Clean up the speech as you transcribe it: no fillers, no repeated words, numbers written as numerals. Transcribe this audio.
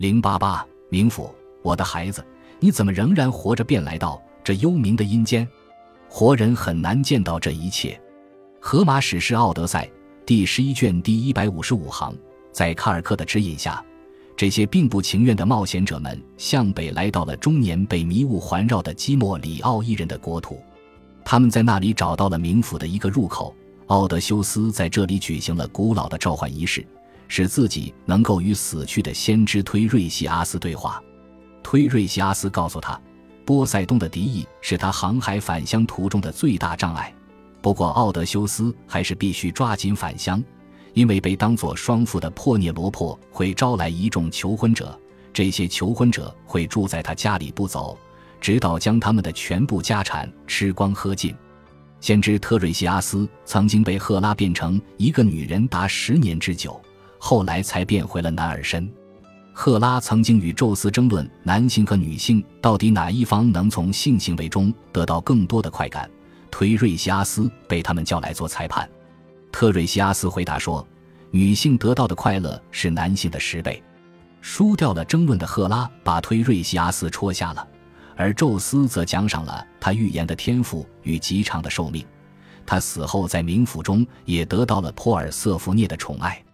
088冥府，我的孩子，你怎么仍然活着便来到这幽冥的阴间？活人很难见到这一切。荷马史诗《奥德赛》第11卷第155行，在卡尔克的指引下，这些并不情愿的冒险者们向北来到了终年被迷雾环绕的基莫里奥伊人的国土。他们在那里找到了冥府的一个入口，奥德修斯在这里举行了古老的召唤仪式，使自己能够与死去的先知忒瑞西阿斯对话。忒瑞西阿斯告诉他，波塞冬的敌意是他航海返乡途中的最大障碍。不过奥德修斯还是必须抓紧返乡，因为被当作双父的珀涅罗珀会招来一众求婚者，这些求婚者会住在他家里不走，直到将他们的全部家产吃光喝尽。先知特瑞西阿斯曾经被赫拉变成一个女人达10年之久，后来才变回了男儿身。赫拉曾经与宙斯争论男性和女性到底哪一方能从性行为中得到更多的快感，忒瑞西阿斯被他们叫来做裁判。特瑞西阿斯回答说，女性得到的快乐是男性的10倍。输掉了争论的赫拉把忒瑞西阿斯戳下了，而宙斯则奖赏了他预言的天赋与极长的寿命。他死后在冥府中也得到了珀尔瑟福涅的宠爱。